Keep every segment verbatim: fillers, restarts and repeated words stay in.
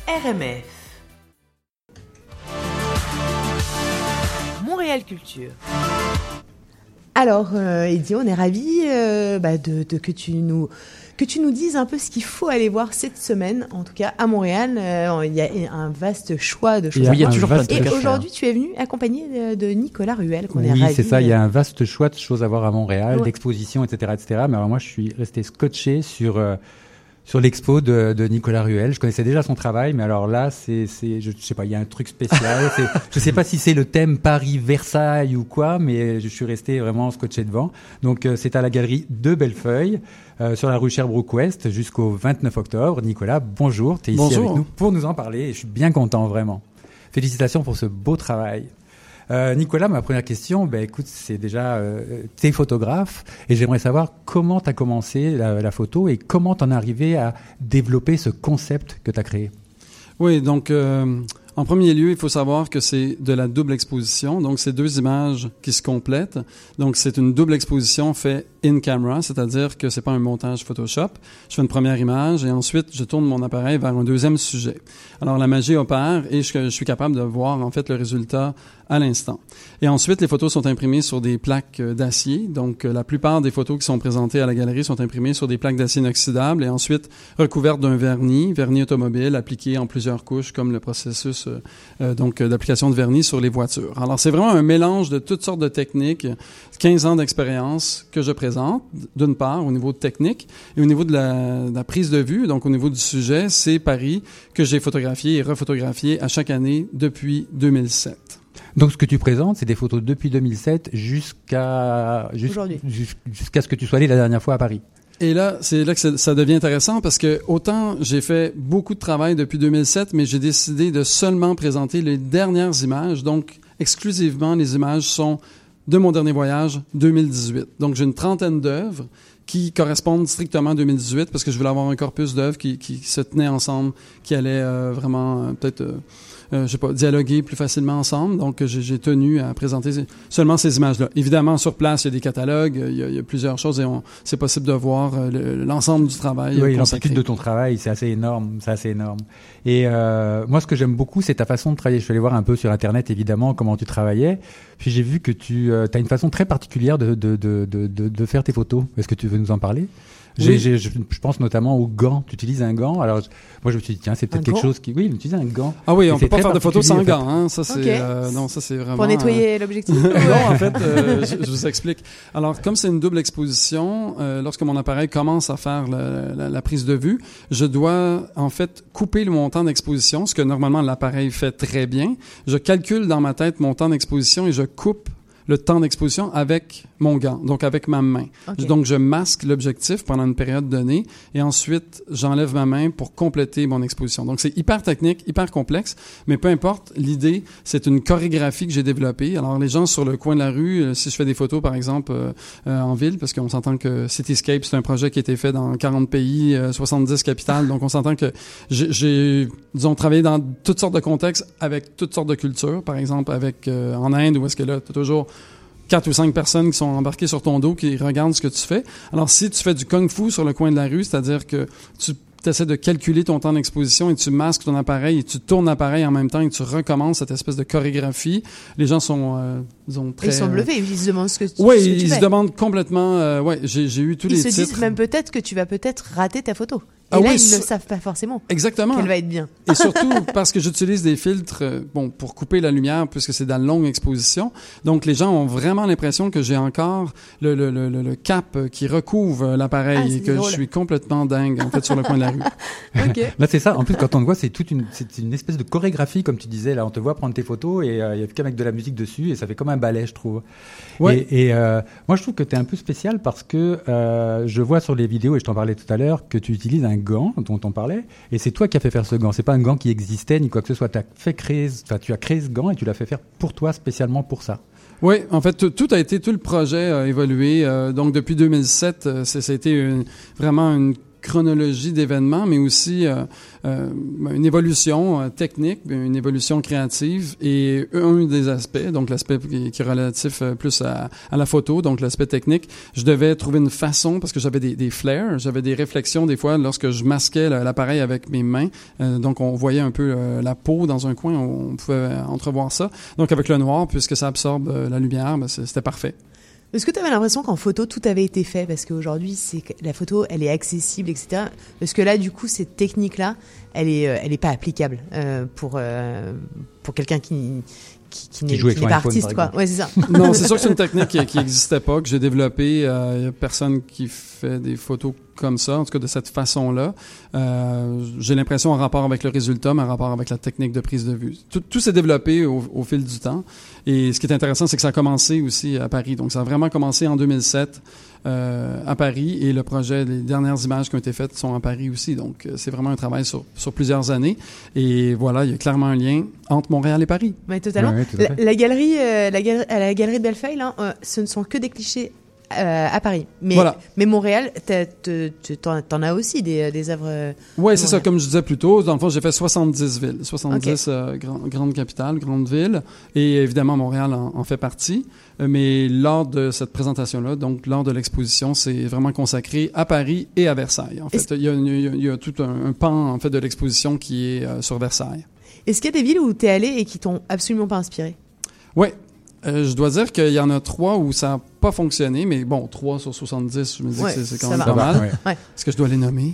R M F Montréal Culture. Alors, euh, Eddy, on est ravis euh, bah, de, de, que, tu nous, que tu nous dises un peu ce qu'il faut aller voir cette semaine. En tout cas, à Montréal, euh, il y a un vaste choix de choses. Oui, il y a toujours plein de trucs à Et faire. aujourd'hui, tu es venu accompagné de, de Nicolas Ruel, qu'on oui, est ravis. Oui, c'est ça. Il y a un vaste choix de choses à voir à Montréal, Ouais. d'expositions, et cetera, et cetera. Mais alors moi, je suis resté scotché sur... Euh, sur l'expo de, de Nicolas Ruel. Je connaissais déjà son travail, mais alors là, c'est, c'est, je sais pas, il y a un truc spécial. c'est, je sais pas si c'est le thème Paris-Versailles ou quoi, mais je suis resté vraiment scotché devant. Donc, euh, c'est à la galerie de Bellefeuille, euh, sur la rue Sherbrooke-Ouest, jusqu'au vingt-neuf octobre. Nicolas, bonjour. T'es ici Bonjour. avec nous pour nous en parler et je suis bien content, vraiment. Félicitations pour ce beau travail. Euh, Nicolas, ma première question, ben écoute, c'est déjà, euh, t'es photographe et j'aimerais savoir comment t'as commencé la, la photo et comment t'en es arrivé à développer ce concept que t'as créé. Oui, donc euh, en premier lieu, il faut savoir que c'est de la double exposition, donc c'est deux images qui se complètent. Donc c'est une double exposition faite in camera, c'est-à-dire que c'est pas un montage Photoshop. Je fais une première image et ensuite je tourne mon appareil vers un deuxième sujet. Alors la magie opère et je, je suis capable de voir en fait le résultat à l'instant. Et ensuite, les photos sont imprimées sur des plaques d'acier. Donc, euh, la plupart des photos qui sont présentées à la galerie sont imprimées sur des plaques d'acier inoxydable et ensuite recouvertes d'un vernis, vernis automobile, appliqué en plusieurs couches, comme le processus euh, euh, donc euh, d'application de vernis sur les voitures. Alors, c'est vraiment un mélange de toutes sortes de techniques, quinze ans d'expérience que je présente, d'une part, au niveau technique, et au niveau de la, de la prise de vue, donc au niveau du sujet, c'est Paris que j'ai photographié et refotographié à chaque année depuis deux mille sept. Donc, ce que tu présentes, c'est des photos depuis deux mille sept jusqu'à, jusqu'à, jusqu'à ce que tu sois allé la dernière fois à Paris. Et là, c'est là que ça devient intéressant parce que autant j'ai fait beaucoup de travail depuis deux mille sept, mais j'ai décidé de seulement présenter les dernières images. Donc, exclusivement, les images sont de mon dernier voyage, deux mille dix-huit. Donc, j'ai une trentaine d'œuvres qui correspondent strictement à deux mille dix-huit parce que je voulais avoir un corpus d'œuvres qui, qui se tenaient ensemble, qui allaient euh, vraiment euh, peut-être... Euh, Euh, je sais pas, dialoguer plus facilement ensemble. Donc, j'ai, j'ai tenu à présenter seulement ces images-là. Évidemment, sur place, il y a des catalogues, il y a, il y a plusieurs choses et on, c'est possible de voir euh, le, l'ensemble du travail. Oui, l'amplitude de ton travail, c'est assez énorme, c'est assez énorme. Et euh, moi, ce que j'aime beaucoup, c'est ta façon de travailler. Je suis allé voir un peu sur Internet, évidemment, comment tu travaillais. Puis j'ai vu que tu euh, as une façon très particulière de, de, de, de, de, de faire tes photos. Est-ce que tu veux nous en parler ? J'ai, oui. j'ai, je, je pense notamment aux gants. Tu utilises un gant. Alors, moi, je me suis dit, tiens, c'est peut-être un quelque gant? chose qui... Oui, tu utilises un gant. Ah oui, on peut pas faire de photos sans en fait. gants. Hein. Ça, c'est... Okay. Euh, non, ça, c'est vraiment... Pour nettoyer euh... l'objectif? Non, en fait, euh, je, je vous explique. Alors, comme c'est une double exposition, euh, lorsque mon appareil commence à faire la, la, la prise de vue, je dois, en fait, couper le mon temps d'exposition, ce que normalement l'appareil fait très bien. Je calcule dans ma tête mon temps d'exposition et je coupe le temps d'exposition avec mon gant, donc avec ma main. Okay. Donc, je masque l'objectif pendant une période donnée et ensuite, j'enlève ma main pour compléter mon exposition. Donc, c'est hyper technique, hyper complexe, mais peu importe, l'idée, c'est une chorégraphie que j'ai développée. Alors, les gens sur le coin de la rue, euh, si je fais des photos, par exemple, euh, euh, en ville, parce qu'on s'entend que Cityscape, c'est un projet qui a été fait dans quarante pays, euh, soixante-dix capitales, donc on s'entend que j'ai, j'ai, disons, travaillé dans toutes sortes de contextes avec toutes sortes de cultures, par exemple, avec euh, en Inde, où est-ce que là, t'as toujours quatre ou cinq personnes qui sont embarquées sur ton dos, qui regardent ce que tu fais. Alors, si tu fais du kung-fu sur le coin de la rue, c'est-à-dire que tu essaies de calculer ton temps d'exposition et tu masques ton appareil et tu tournes l'appareil en même temps et tu recommences cette espèce de chorégraphie, les gens sont, euh, disons, très... Ils sont bluffés, ils se demandent ce que tu, oui, ce que tu ils fais. se demandent complètement... Euh, ouais, j'ai, j'ai eu tous ils les titres. Ils se disent même peut-être que tu vas peut-être rater ta photo. Et ah là, oui, ils ne le savent pas forcément. Exactement. Qu'elle va être bien. Et surtout parce que j'utilise des filtres, euh, bon, pour couper la lumière, puisque c'est dans la longue exposition. Donc, les gens ont vraiment l'impression que j'ai encore le, le, le, le cap qui recouvre l'appareil ah, et que drôle. Je suis complètement dingue, en fait, sur le coin de la rue. Okay. Là, c'est ça. En plus, quand on te voit, c'est toute une, c'est une espèce de chorégraphie, comme tu disais. Là, on te voit prendre tes photos et il euh, y a qu'avec de la musique dessus et ça fait comme un ballet, je trouve. Ouais. Et, et euh, moi, je trouve que tu es un peu spécial parce que euh, je vois sur les vidéos, et je t'en parlais tout à l'heure, que tu utilises un gant dont on parlait, et c'est toi qui as fait faire ce gant. C'est pas un gant qui existait ni quoi que ce soit. T'as fait créer, enfin, tu as créé ce gant et tu l'as fait faire pour toi, spécialement pour ça. Oui, en fait, tout, tout a été, tout le projet a évolué. Euh, donc, depuis deux mille sept, euh, ça a été une, vraiment une chronologie d'événements, mais aussi euh, euh, une évolution euh, technique, une évolution créative, et un des aspects, donc l'aspect qui, qui est relatif euh, plus à, à la photo, donc l'aspect technique, je devais trouver une façon, parce que j'avais des, des flares, j'avais des réflexions des fois lorsque je masquais l'appareil avec mes mains, euh, donc on voyait un peu euh, la peau dans un coin, on pouvait entrevoir ça. Donc avec le noir, puisque ça absorbe euh, la lumière, ben, c'était parfait. Est-ce que tu avais l'impression qu'en photo, tout avait été fait? Parce qu'aujourd'hui, c'est, la photo, elle est accessible, et cetera. Parce que là, du coup, cette technique-là, elle est, elle est pas applicable euh, pour, euh, pour quelqu'un qui, qui, qui, n'est, qui n'est pas artiste, quoi. Ouais, c'est ça. Non, c'est sûr que c'est une technique qui, qui existait pas, que j'ai développée. Il euh, y a personne qui fait des photos comme ça, en tout cas de cette façon-là. Euh, j'ai l'impression en rapport avec le résultat, mais en rapport avec la technique de prise de vue. Tout, tout s'est développé au, au fil du temps. Et ce qui est intéressant, c'est que ça a commencé aussi à Paris. Donc, ça a vraiment commencé en deux mille sept euh, à Paris. Et le projet, les dernières images qui ont été faites sont à Paris aussi. Donc, c'est vraiment un travail sur, sur plusieurs années. Et voilà, il y a clairement un lien entre Montréal et Paris. Oui, totalement. Ouais, tout la, la galerie, euh, la galerie, à la galerie de Bellefeuille, là, euh, ce ne sont que des clichés Euh, à Paris. Mais, voilà. mais Montréal, tu en as aussi des, des œuvres. Oui, c'est ça. Comme je disais plus tôt, dans le fond, j'ai fait soixante-dix villes, soixante-dix okay. euh, grand, grandes capitales, grandes villes. Et évidemment, Montréal en, en fait partie. Euh, mais lors de cette présentation-là, donc lors de l'exposition, c'est vraiment consacré à Paris et à Versailles. En fait, il y, y, y a tout un, un pan en fait, de l'exposition qui est euh, sur Versailles. Est-ce qu'il y a des villes où tu es allé et qui t'ont absolument pas inspiré? Oui. Euh, je dois dire qu'il y en a trois où ça n'a pas fonctionné, mais bon, trois sur soixante-dix, je me dis ouais, que c'est quand même va. pas mal. Ouais. Ouais. Est-ce que je dois les nommer?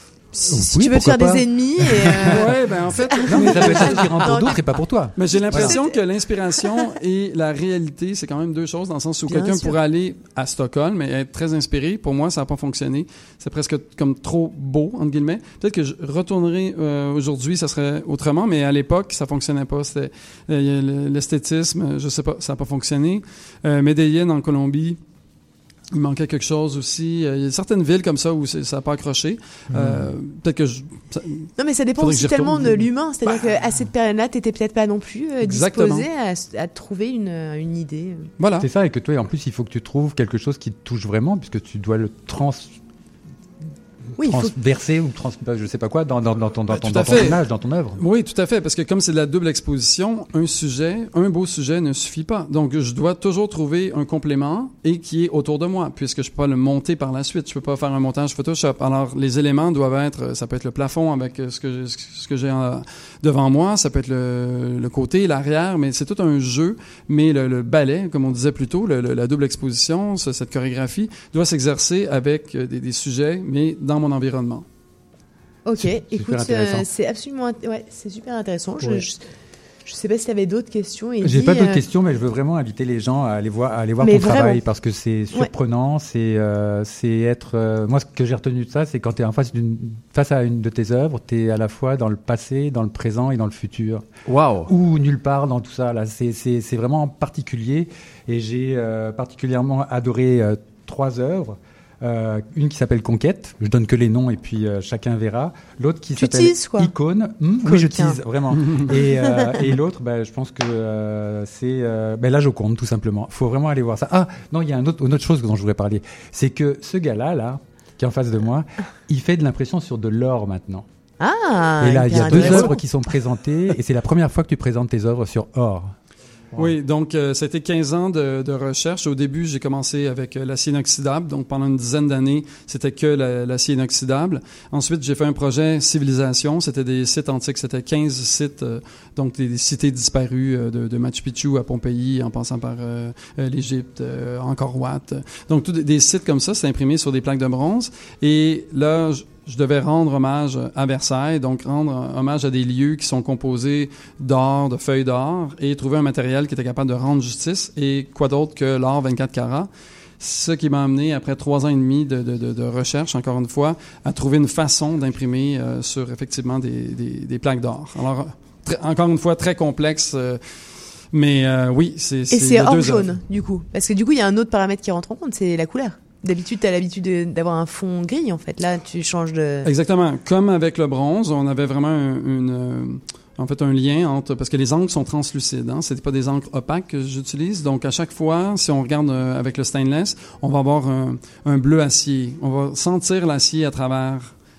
Si oui, tu veux te faire pas. des ennemis. Et euh... ouais, ben en fait. Non, mais ça peut être inspirant pour d'autres et pas pour toi. Mais j'ai l'impression voilà. que l'inspiration et la réalité, c'est quand même deux choses, dans le sens où Bien quelqu'un sûr. pourrait aller à Stockholm et être très inspiré. Pour moi, ça n'a pas fonctionné. C'est presque comme trop beau, entre guillemets. Peut-être que je retournerai euh, aujourd'hui, ça serait autrement, mais à l'époque, ça fonctionnait pas. C'était euh, l'esthétisme, je sais pas, ça n'a pas fonctionné. Euh, Medellín en Colombie. Il manquait quelque chose aussi. Il y a certaines villes comme ça où ça n'a pas accroché. Mmh. Euh, peut-être que je... Ça, non, mais ça dépend aussi tellement de l'humain. C'est-à-dire bah, qu'à cette période-là, tu n'étais peut-être pas non plus euh, disposé à, à trouver une, une idée. Voilà. C'est ça, et que toi, en plus, il faut que tu trouves quelque chose qui te touche vraiment, puisque tu dois le trans... Oui, transverser faut... ou trans, je sais pas quoi dans, dans, dans ton, dans ton, dans ton image, dans ton œuvre. Oui, tout à fait, parce que comme c'est de la double exposition, un sujet, un beau sujet ne suffit pas. Donc, je dois toujours trouver un complément et qui est autour de moi, puisque je peux pas le monter par la suite. Je peux pas faire un montage Photoshop. Alors, les éléments doivent être, ça peut être le plafond avec ce que ce que j'ai en, devant moi, ça peut être le, le côté, l'arrière, mais c'est tout un jeu. Mais le, le ballet, comme on disait plus tôt, le, le, la double exposition, cette chorégraphie doit s'exercer avec des, des sujets, mais dans mon environnement. Ok, c'est, écoute, euh, c'est absolument, ouais, c'est super intéressant. Je, ouais. je, je sais pas si tu avais d'autres questions. J'ai dit, pas d'autres euh... questions, mais je veux vraiment inviter les gens à aller voir, à aller voir ton vraiment. travail parce que c'est surprenant. Ouais. C'est, euh, c'est être. Euh, moi, ce que j'ai retenu de ça, c'est quand tu es en face d'une, face à une de tes œuvres, tu es à la fois dans le passé, dans le présent et dans le futur. Waouh. Ou nulle part dans tout ça. Là, c'est, c'est, c'est vraiment particulier. Et j'ai euh, particulièrement adoré euh, trois œuvres. Euh, une qui s'appelle Conquête, je donne que les noms et puis euh, chacun verra. L'autre qui tu s'appelle teases, quoi. Icône, mmh, oui je tease vraiment. et, euh, et l'autre, bah, je pense que euh, c'est euh, bah, la Joconde tout simplement. Il faut vraiment aller voir ça. Ah non, il y a un autre, une autre chose dont je voudrais parler, c'est que ce gars-là là, qui est en face de moi, il fait de l'impression sur de l'or maintenant. Ah. Et là, il y a deux œuvres qui sont présentées et c'est la première fois que tu présentes tes œuvres sur or. Wow. Oui, donc euh, ça a été quinze ans de, de recherche. Au début, j'ai commencé avec euh, l'acier inoxydable. Donc pendant une dizaine d'années, c'était que la, l'acier inoxydable. Ensuite, j'ai fait un projet civilisation. C'était des sites antiques. C'était quinze sites, euh, donc des, des cités disparues euh, de, de Machu Picchu à Pompéi, en passant par euh, euh, l'Égypte, euh, Angkor Wat. Donc tous des, des sites comme ça, c'est imprimé sur des plaques de bronze. Et là, je, Je devais rendre hommage à Versailles, donc rendre hommage à des lieux qui sont composés d'or, de feuilles d'or, et trouver un matériel qui était capable de rendre justice, et quoi d'autre que l'or vingt-quatre carats. Ce qui m'a amené, après trois ans et demi de, de, de, de recherche, encore une fois, à trouver une façon d'imprimer euh, sur effectivement des, des, des plaques d'or. Alors, très, encore une fois, très complexe. Euh, Mais euh, oui, c'est... c'est et c'est or jaune, œuvres. Du coup. Parce que du coup, il y a un autre paramètre qui rentre en compte, c'est la couleur. D'habitude, tu as l'habitude de, d'avoir un fond gris, en fait. Là, tu changes de... Exactement. Comme avec le bronze, on avait vraiment une... une en fait, un lien entre... Parce que les encres sont translucides, hein. C'est pas des encres opaques que j'utilise. Donc, à chaque fois, si on regarde avec le stainless, on va avoir un, un bleu acier. On va sentir l'acier à travers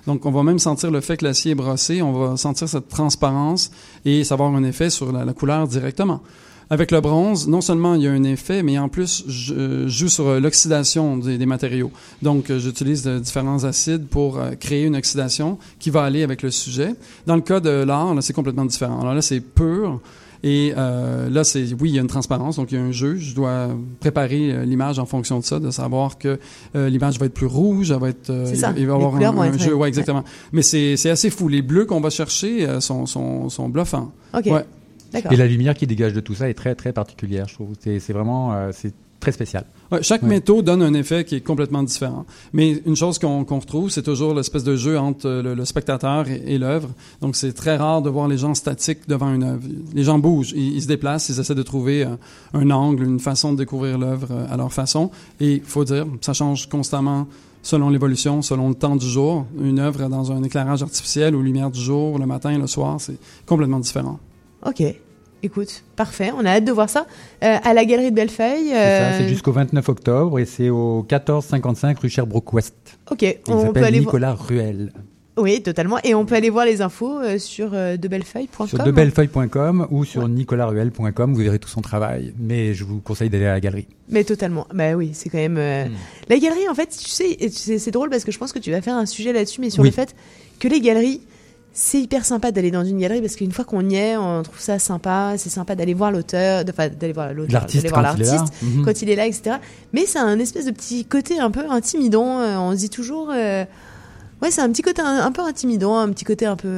Donc, on va même sentir le fait que l'acier est brossé, on va sentir cette transparence et ça va avoir un effet sur la, la couleur directement. Avec le bronze, non seulement il y a un effet, mais en plus, je joue sur l'oxydation des, des matériaux. Donc, j'utilise de différents acides pour créer une oxydation qui va aller avec le sujet. Dans le cas de l'art, là, c'est complètement différent. Alors là, c'est pur. Et euh, là, c'est oui, il y a une transparence, donc il y a un jeu. Je dois préparer euh, l'image en fonction de ça, de savoir que euh, l'image va être plus rouge, elle va être. Euh, c'est ça. Il va y avoir les un, un être... jeu, ouais, exactement. Ouais. Mais c'est c'est assez fou. Les bleus qu'on va chercher euh, sont sont sont bluffants. Ok. Ouais. D'accord. Et la lumière qui dégage de tout ça est très très particulière, je trouve. C'est c'est vraiment euh, c'est très spécial. Ouais, chaque ouais. métaux donne un effet qui est complètement différent. Mais une chose qu'on qu'on retrouve, c'est toujours l'espèce de jeu entre le, le spectateur et, et l'œuvre. Donc, c'est très rare de voir les gens statiques devant une œuvre. Les gens bougent, ils, ils se déplacent, ils essaient de trouver un, un angle, une façon de découvrir l'œuvre à leur façon. Et il faut dire, ça change constamment selon l'évolution, selon le temps du jour. Une œuvre dans un éclairage artificiel ou lumière du jour, le matin, le soir, c'est complètement différent. OK. Écoute, parfait. On a hâte de voir ça euh, à la Galerie de Bellefeuille. Euh... C'est ça, c'est jusqu'au vingt-neuf octobre et c'est au quatorze cinquante-cinq rue Sherbrooke-Ouest. OK. Et on il peut aller Nicolas vo- Ruel. Oui, totalement. Et on peut aller voir les infos euh, sur euh, debellefeuille point com. Sur debellefeuille point com ou sur ouais. nicolas ruel point com, vous verrez tout son travail. Mais je vous conseille d'aller à la galerie. Mais totalement. Bah oui, c'est quand même... Euh... Hmm. La galerie, en fait, tu sais, c'est, c'est drôle parce que je pense que tu vas faire un sujet là-dessus, mais sur oui. le fait que les galeries... C'est hyper sympa d'aller dans une galerie parce qu'une fois qu'on y est, on trouve ça sympa. C'est sympa d'aller voir l'auteur, enfin d'aller voir l'auteur, l'artiste, d'aller voir quand, l'artiste il mmh. quand il est là, et cetera. Mais c'est un espèce de petit côté un peu intimidant. On se dit toujours, euh, ouais, c'est un petit côté un, un peu intimidant, un petit côté un peu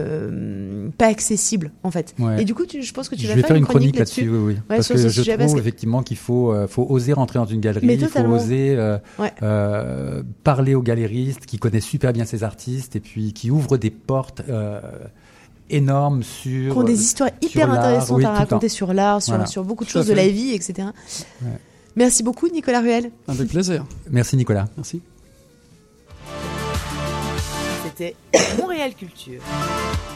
euh, pas accessible en fait. Ouais. Et du coup, tu, je pense que tu je vas vais faire, faire une une chronique, chronique là-dessus. là-dessus. Oui, oui. Ouais, parce que je trouve parce que... effectivement qu'il faut, euh, faut oser rentrer dans une galerie. Mais il faut totalement. oser euh, ouais. euh, parler aux galéristes qui connaissent super bien ces artistes et puis qui ouvrent des portes. Euh, énormes sur... Qui ont des histoires hyper intéressantes oui, à raconter sur l'art, sur, voilà. sur beaucoup de choses de la vie, et cetera. Ouais. Merci beaucoup, Nicolas Ruel. Avec plaisir. Merci, Nicolas. Merci. C'était Montréal Culture.